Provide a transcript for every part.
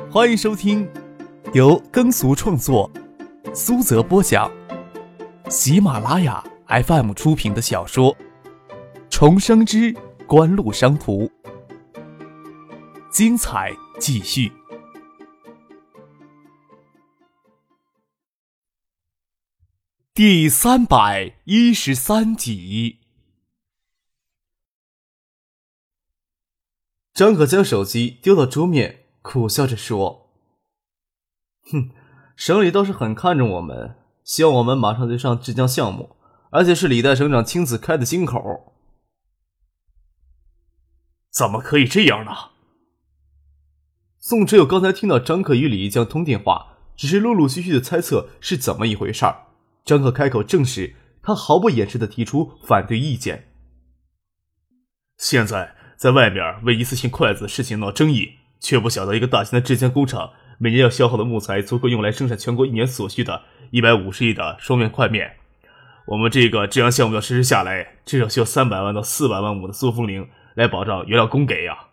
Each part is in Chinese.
欢迎收听由耕俗创作、苏泽播讲、喜马拉雅 FM 出品的小说《重生之官路商途》，精彩继续。第313集。张可将手机丢到桌面，苦笑着说：“省里倒是很看重我们，希望我们马上就上浙江项目，而且是李代省长亲自开的金口。” 怎么可以这样呢？ 宋之友刚才听到张可与李一江通电话，只是陆陆续续的猜测是怎么一回事儿。张可开口证实，他毫不掩饰地提出反对意见。 现在外面为一次性筷子的事情闹争议，却不晓得一个大型的制浆工厂每年要消耗的木材足够用来生产全国一年所需的150亿的双面块面。我们这个制浆项目要实施下来，至少需要300万到400万亩的塑封林来保障原料供给呀。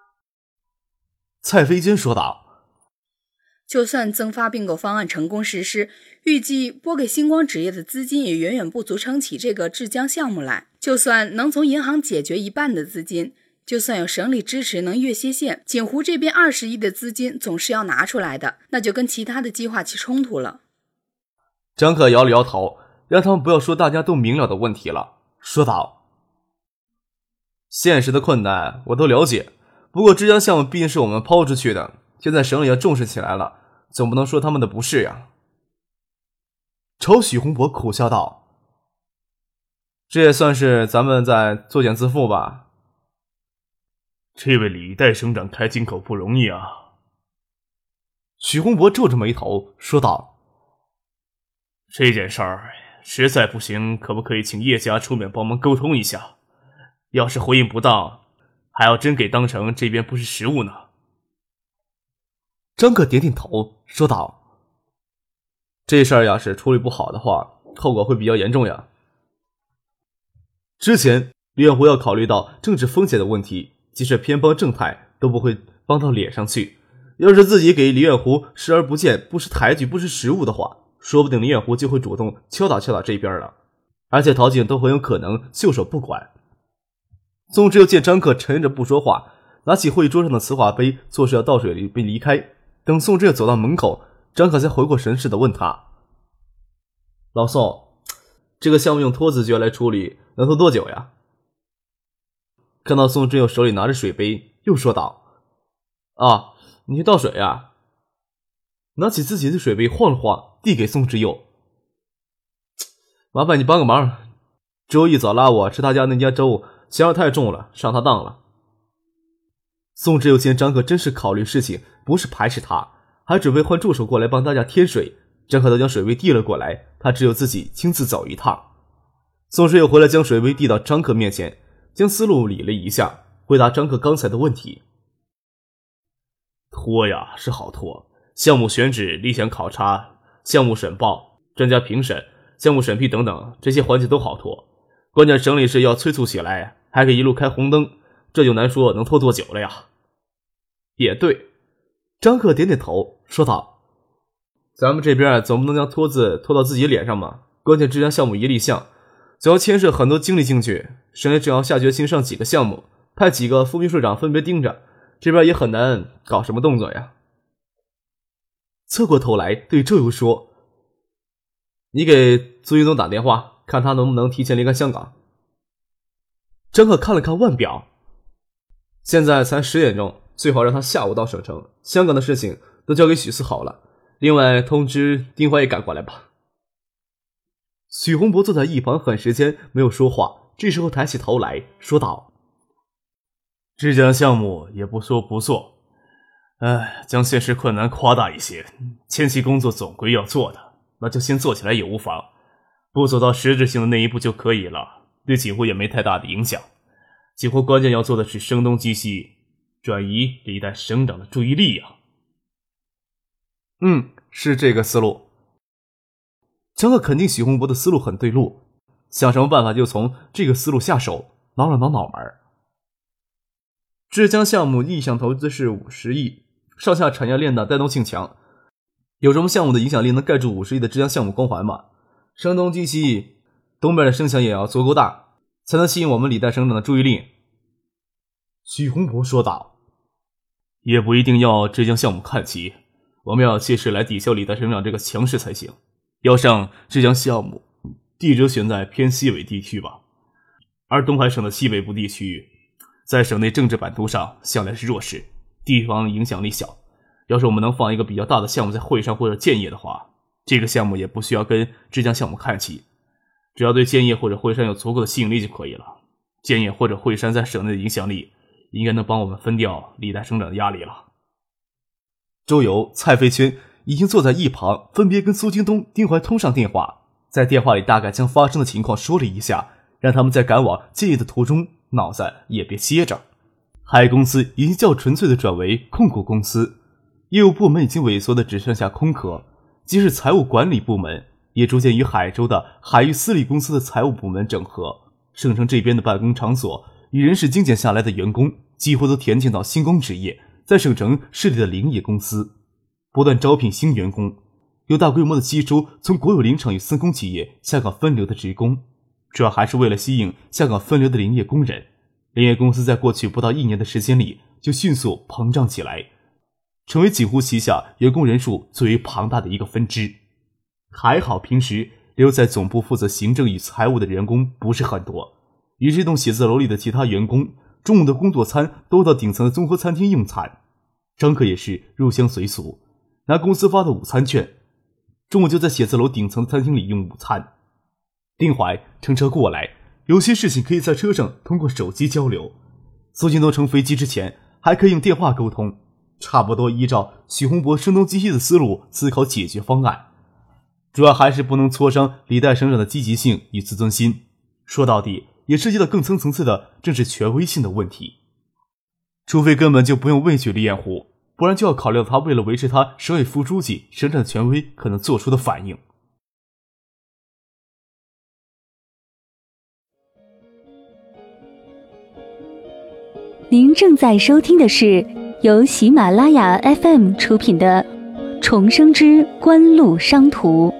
蔡飞娟说道。 就算增发并购方案成功实施，预计拨给星光纸业的资金也远远不足撑起这个制浆项目来。就算能从银行解决一半的资金，就算有省里支持能越些线，锦湖这边20亿的资金总是要拿出来的，那就跟其他的计划起冲突了。 张可摇了摇头，让他们不要说大家都明了的问题了，说道：“现实的困难我都了解，不过制浆项目毕竟是我们抛出去的，现在省里要重视起来了，总不能说他们的不是呀。”朝许洪博苦笑道：“这也算是咱们在作茧自缚吧。” 这位李代省长开金口不容易啊。 许洪博皱着眉头说道：“ 这件事儿实在不行，可不可以请叶家出面帮忙沟通一下？要是回应不当，还要真给当成这边不是实物呢。” 张可点点头说道：“这事儿要是处理不好的话，后果会比较严重呀。之前李远湖要考虑到政治风险的问题，即使偏帮正太都不会帮到脸上去。要是自己给李远湖视而不见，不识抬举，不识时务的话，说不定李远湖就会主动敲打这边了，而且陶景都很有可能袖手不管。”宋之又见张可沉着不说话，拿起会议桌上的瓷瓦杯，做事要倒水并离开。等宋之又走到门口，张可才回过神似的问他：“老宋，这个项目用脱子诀来处理，能拖多久呀？”看到宋之又手里拿着水杯，又说道：“啊，你去倒水呀？”拿起自己的水杯晃了晃，递给宋之佑：“麻烦你帮个忙，周一早拉我吃他家那家粥，咸味太重了，上他当了。”宋之佑见张可真是考虑事情，不是排斥他，还准备换助手过来帮大家添水。张可都将水杯递了过来，他只有自己亲自走一趟。宋之佑回来将水杯递到张可面前，将思路理了一下，回答张可刚才的问题：“ 拖呀是好拖，项目选址、立项考察、项目审报、专家评审、项目审批等等，这些环节都好拖。关键省里是要催促起来，还可以一路开红灯，这就难说能拖多久了呀。” 也对，张可点点头说道：“咱们这边总不能将拖字拖到自己脸上嘛，关键这项项目一立项，总要牵涉很多精力进去，省里只要下决心上几个项目，派几个副秘书长分别盯着，这边也很难搞什么动作呀。”侧过头来对周游说：“你给朱云东打电话，看他能不能提前离开香港。”张可看了看腕表，现在才10点钟，最好让他下午到省城，香港的事情都交给许四好了，另外通知丁怀也赶过来吧。许洪博坐在一旁很时间没有说话，这时候抬起头来说道：“ 制浆项目也不说不做，将现实困难夸大一些，前期工作总归要做的，那就先做起来也无妨，不走到实质性的那一步就可以了，对锦湖也没太大的影响。锦湖关键要做的是声东击西，转移李代省长的注意力啊。” 是这个思路。张可肯定许洪博的思路很对路，想什么办法就从这个思路下手，挠了挠脑门。制浆项目意向投资是50亿， 上下产业链的带动性强。有什么项目的影响力能盖住50亿的浙江项目光环吗？声东击西，东边的声响也要足够大，才能吸引我们李代省长的注意力。 许洪博说道。也不一定要浙江项目看齐，我们要借势来抵消李代省长这个强势才行。要上浙江项目，地址选在偏西北地区吧。而东海省的西北部地区，在省内政治版图上向来是弱势，地方影响力小。要是我们能放一个比较大的项目在会上或者建业的话，这个项目也不需要跟浙江项目看齐，只要对建业或者会山有足够的吸引力就可以了。建业或者会山在省内的影响力应该能帮我们分掉李代省长的压力了。 周游、蔡飞圈已经坐在一旁，分别跟苏京东、丁怀通上电话，在电话里大概将发生的情况说了一下，让他们在赶往建业的途中脑子也别歇着。海公司已经较纯粹的转为控股公司，业务部门已经萎缩的只剩下空壳，即使财务管理部门也逐渐与海州的海域私立公司的财务部门整合。省城这边的办公场所与人事精简下来的员工几乎都填进到星光纸业在省城设立的林业公司，不断招聘新员工，有大规模的吸收从国有林场与私工企业下岗分流的职工，主要还是为了吸引下岗分流的林业工人。林业公司在过去不到1年的时间里就迅速膨胀起来，成为几乎旗下员工人数最为庞大的一个分支。还好平时留在总部负责行政与财务的员工不是很多，与这栋写字楼里的其他员工中午的工作餐都到顶层的综合餐厅用餐。张克也是入乡随俗，拿公司发的午餐券，中午就在写字楼顶层餐厅里用午餐。丁怀乘车过来，有些事情可以在车上通过手机交流，苏京东乘飞机之前还可以用电话沟通，差不多依照许洪博声东击西的思路思考解决方案。主要还是不能挫伤李代省长的积极性与自尊心，说到底也涉及到更深层次的政治权威性的问题。除非根本就不用畏惧李彦湖，不然就要考虑到他为了维持他省委副书记省长的权威可能做出的反应。 您正在收听的是由喜马拉雅 FM 出品的《重生之官路商途》。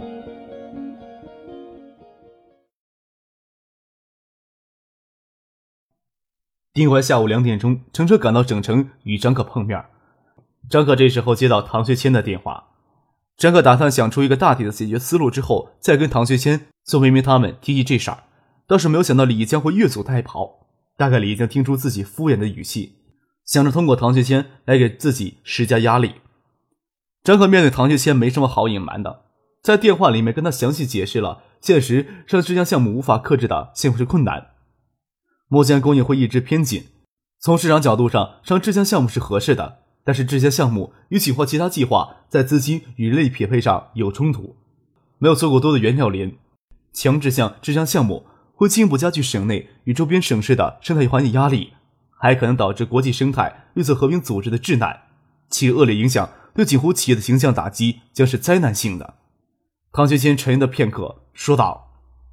丁怀下午2点钟乘车赶到省城与张克碰面。张克这时候接到唐学谦的电话，张克打算想出一个大体的解决思路之后，再跟唐学谦、宋明明他们提这事儿，倒是没有想到李毅将会越俎代庖。大概李毅将听出自己敷衍的语气，想着通过唐学谦来给自己施加压力。张克面对唐学谦没什么好隐瞒的，在电话里面跟他详细解释了现实上这项项目无法克制的现实困难。目前供应会一直偏紧，从市场角度上上这项项目是合适的，但是这项项目与企划其他计划在资金与人力匹配上有冲突，没有足够多的原料链，强制向这项项目会进一步加剧省内与周边省市的生态环境压力，还可能导致国际生态绿色和平组织的致难，其恶劣影响对锦湖企业的形象打击将是灾难性的。唐学谦沉吟了片刻，说道：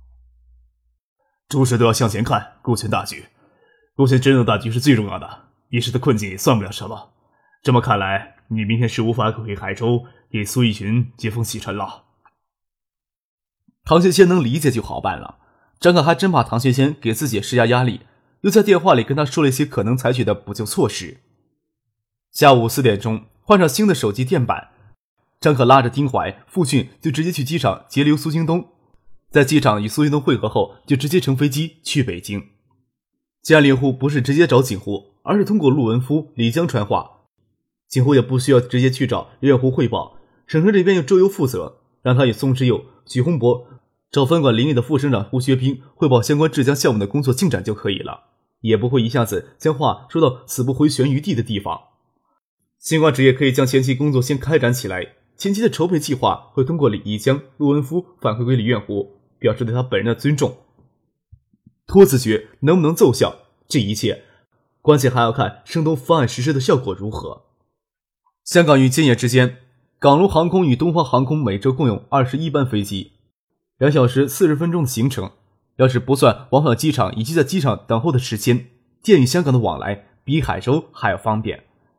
诸事都要向前看，顾全大局。顾全真正的大局是最重要的，一时的困境也算不了什么。这么看来，你明天是无法回海州给苏逸群接风洗尘了。 唐学谦能理解就好办了，张克还真怕唐学谦给自己施加压力，又在电话里跟他说了一些可能采取的补救措施。下午4点钟换上新的手机电板，张克拉着丁怀、傅俊就直接去机场截留苏京东，在机场与苏京东会合后就直接乘飞机去北京。既然李沪不是直接找锦湖，而是通过陆文夫、李江传话，锦湖也不需要直接去找李远湖汇报，省城这边由周游负责，让他与宋之佑、许洪博找分管林业的副省长胡学兵汇报相关浙江项目的工作进展就可以了，也不会一下子将话说到死不回旋余地的地方。星光纸业可以将前期工作先开展起来，前期的筹备计划会通过李毅江、陆文夫反馈给李远湖，表示对他本人的尊重。托子决能不能奏效，这一切关键还要看声东方案实施的效果如何。香港与建业之间，港龙航空与东方航空每周共用21班飞机，2小时40分钟的行程，要是不算往返机场以及在机场等候的时间，建与香港的往来比海州还要方便。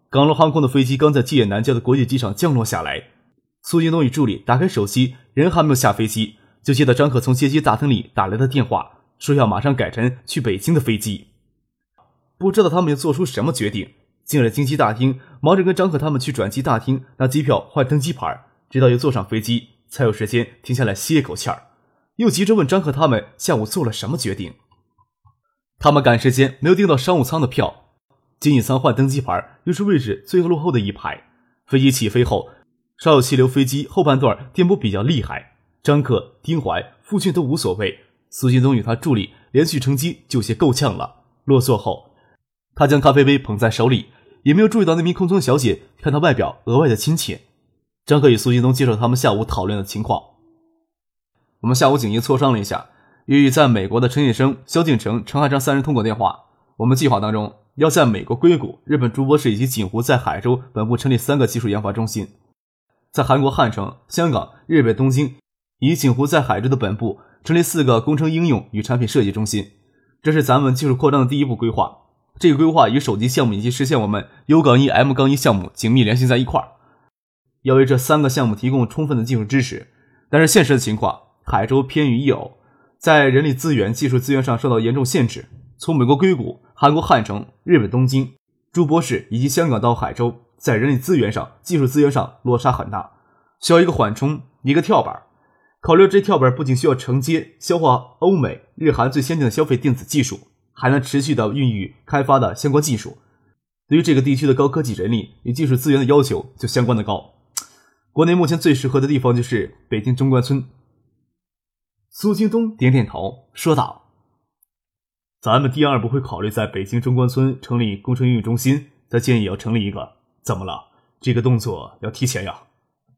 港龙航空的飞机刚在吉野南郊的国际机场降落下来，苏京东与助理打开手机，人还没有下飞机，就接到张可从接机大厅里打来的电话，说要马上改成去北京的飞机。不知道他们又做出什么决定，进了经机大厅，忙着跟张可他们去转机大厅拿机票换登机牌，直到又坐上飞机，才有时间停下来歇口气儿，又急着问张可他们下午做了什么决定。他们赶时间没有订到商务舱的票，经济舱换登机牌又是位置最落后的一排。飞机起飞后，稍有气流，飞机后半段颠簸比较厉害，张可、丁怀、傅俊都无所谓，苏京东与他助理连续乘机就些够呛了。落座后，他将咖啡杯捧在手里，也没有注意到那名空中小姐看他外表额外的亲切。张可与苏京东介绍他们下午讨论的情况。我们下午紧急磋商了一下，与在美国的陈业生、萧敬成、陈汉章三人通过电话，我们计划当中要在美国硅谷、日本筑波市以及锦湖在海州本部成立3个技术研发中心，在韩国汉城、香港、日本东京以及锦湖在海州的本部成立4个工程应用与产品设计中心。这是咱们技术扩张的第一步规划。这个规划与手机项目以及实现我们 U-1M-1 项目紧密联系在一块儿，要为这3个项目提供充分的技术支持。但是现实的情况，海州偏于一偶，在人力资源、技术资源上受到严重限制。从美国硅谷、韩国汉城、日本东京、筑波市以及香港到海州，在人力资源上、技术资源上落差很大，需要一个缓冲，一个跳板。考虑这跳板不仅需要承接消化欧美、日韩最先进的消费电子技术，还能持续的孕育开发的相关技术。对于这个地区的高科技人力与技术资源的要求就相关的高。国内目前最适合的地方就是北京中关村。苏京东点点头说道，咱们第2步会考虑在北京中关村成立工程应用中心，再建议要成立一个。怎么了？这个动作要提前呀？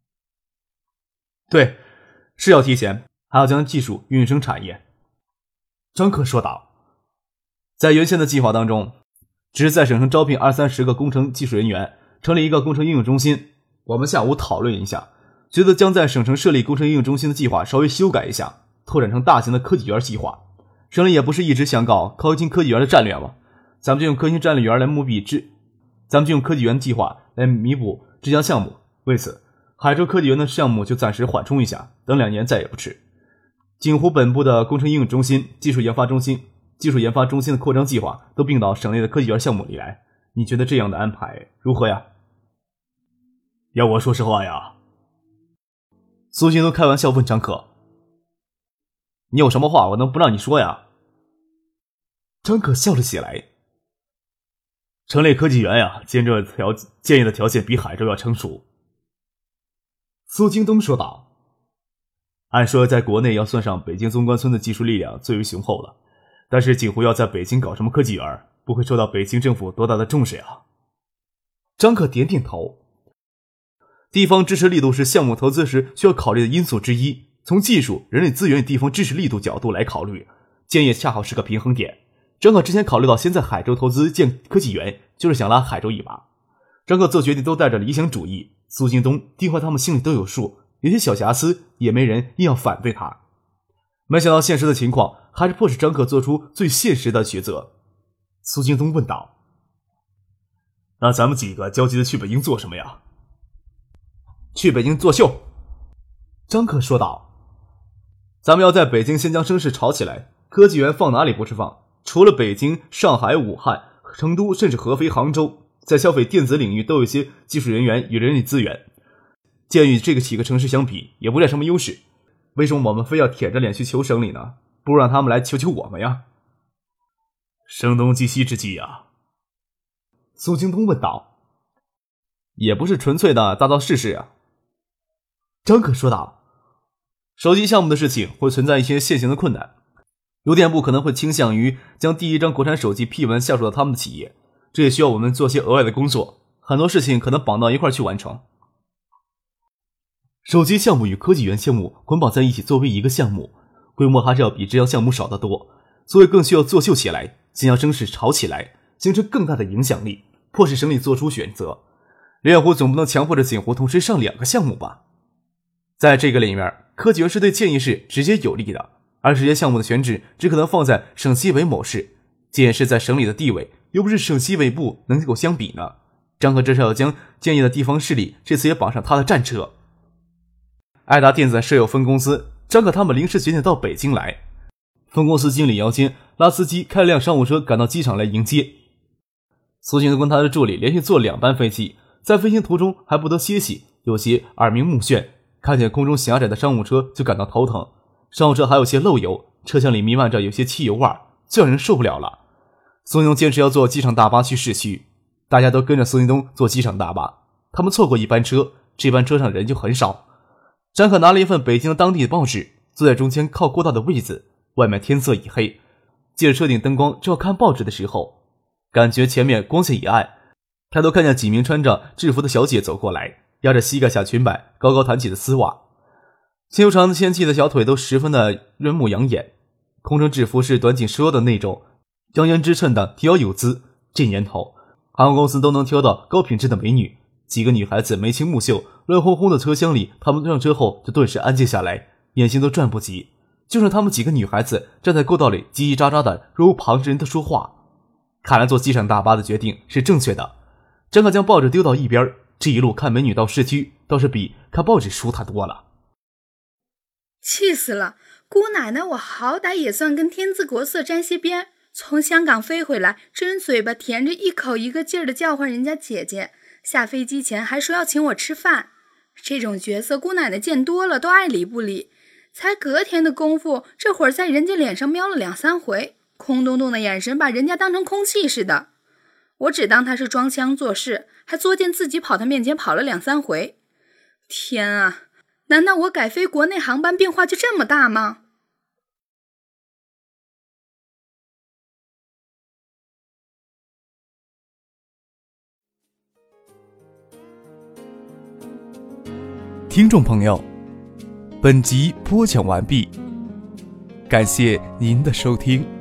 对，是要提前，还要将技术运生产业。张可说道，在原先的计划当中，只是在省城招聘20-30个工程技术人员，成立一个工程应用中心。我们下午讨论一下，觉得将在省城设立工程应用中心的计划稍微修改一下，拓展成大型的科技园计划。省里也不是一直想搞高新科技园的战略吗？咱们就用科新战略园来用科技园计划来弥补这项项目。为此，海州科技园的项目就暂时缓冲一下，等2年再也不迟。锦湖本部的工程应用中心、技术研发中心的扩张计划都并到省内的科技园项目里来，你觉得这样的安排如何呀？ 要我说实话呀， 苏京东开玩笑问张可，你有什么话我能不让你说呀？张可笑了起来， 成立科技园呀，建议的条件比海州要成熟。 苏京东说道， 按说在国内要算上北京中关村的技术力量最为雄厚了，但是锦湖要在北京搞什么科技园，不会受到北京政府多大的重视呀？ 张可点点头。地方支持力度是项目投资时需要考虑的因素之一，从技术、人力资源与地方支持力度角度来考虑，建议恰好是个平衡点。张可之前考虑到先在海州投资建科技园，就是想拉海州一把。张可做决定都带着理想主义，苏京东、丁怀他们心里都有数，有些小瑕疵也没人硬要反对他。没想到现实的情况还是迫使张可做出最现实的抉择。苏京东问道， 那咱们几个焦急的去北京做什么呀？ 去北京作秀。张可说道，咱们要在北京先将声势炒起来，科技园放哪里不是放？除了北京、上海、武汉、成都，甚至合肥、杭州，在消费电子领域都有一些技术人员与人力资源，鉴于这个几个城市相比也不占什么优势，为什么我们非要舔着脸去求省里呢？不如让他们来求求我们呀。 声东击西之计呀。 苏京东问道，也不是纯粹的大造试试呀。张可说道，手机项目的事情会存在一些现行的困难，邮电部可能会倾向于将第一张国产手机批文下属到他们的企业，这也需要我们做些额外的工作，很多事情可能绑到一块去完成。手机项目与科技园项目捆绑在一起作为一个项目，规模还是要比这项项目少得多，所以更需要作秀起来，先将声势炒起来，形成更大的影响力，迫使省里做出选择。猎户总不能强迫着锦湖同时上2个项目吧？在这个里面，科技园是对建议市直接有利的，而这些项目的选址只可能放在省西北某市，建议市在省里的地位又不是省西北部能够相比呢。 张可至少要将建议的地方势力这次也绑上他的战车。爱达电子设有分公司，张可他们临时决定到北京来。分公司经理姚坚拉司机开了辆商务车赶到机场来迎接。苏庆东跟他的助理连续坐2班飞机，在飞行途中还不得歇息，有些耳鸣目眩，看见空中狭窄的商务车就感到头疼。商务车还有些漏油，车厢里弥漫着有些汽油味，最让人受不了了。苏庆东坚持要坐机场大巴去市区，大家都跟着苏庆东坐机场大巴。他们错过一班车，这班车上人就很少。张可拿了一份北京的当地的报纸，坐在中间靠过道的位子，外面天色已黑，借着车顶灯光正要看报纸的时候，感觉前面光线一暗，抬头看见几名穿着制服的小姐走过来，压着膝盖下裙摆高高弹起的丝袜，修长的纤细的小腿都十分的润目养眼，空乘制服是短紧收腰的那种，腰圆支衬的提腰有姿。这年头航空公司都能挑到高品质的美女，几个女孩子眉清目秀，乱哄哄的车厢里，她们上车后就顿时安静下来，眼睛都转不及，就剩她们几个女孩子站在过道里叽叽喳喳的若无旁人的说话。看来坐机场大巴的决定是正确的。张可将报纸丢到一边，这一路看美女到市区倒是比看报纸舒坦多了。 气死了，姑奶奶我好歹也算跟天姿国色沾些边，从香港飞回来，真嘴巴甜着一口一个劲儿的叫唤人家姐姐，下飞机前还说要请我吃饭。这种角色姑奶奶见多了都爱理不理，才隔天的功夫，这会儿在人家脸上瞄了2、3回，空洞洞的眼神把人家当成空气似的。我只当他是装腔作势，还作践自己跑他面前跑了2、3回。天啊，难道我改飞国内航班变化就这么大吗？ 听众朋友，本集播讲完毕，感谢您的收听。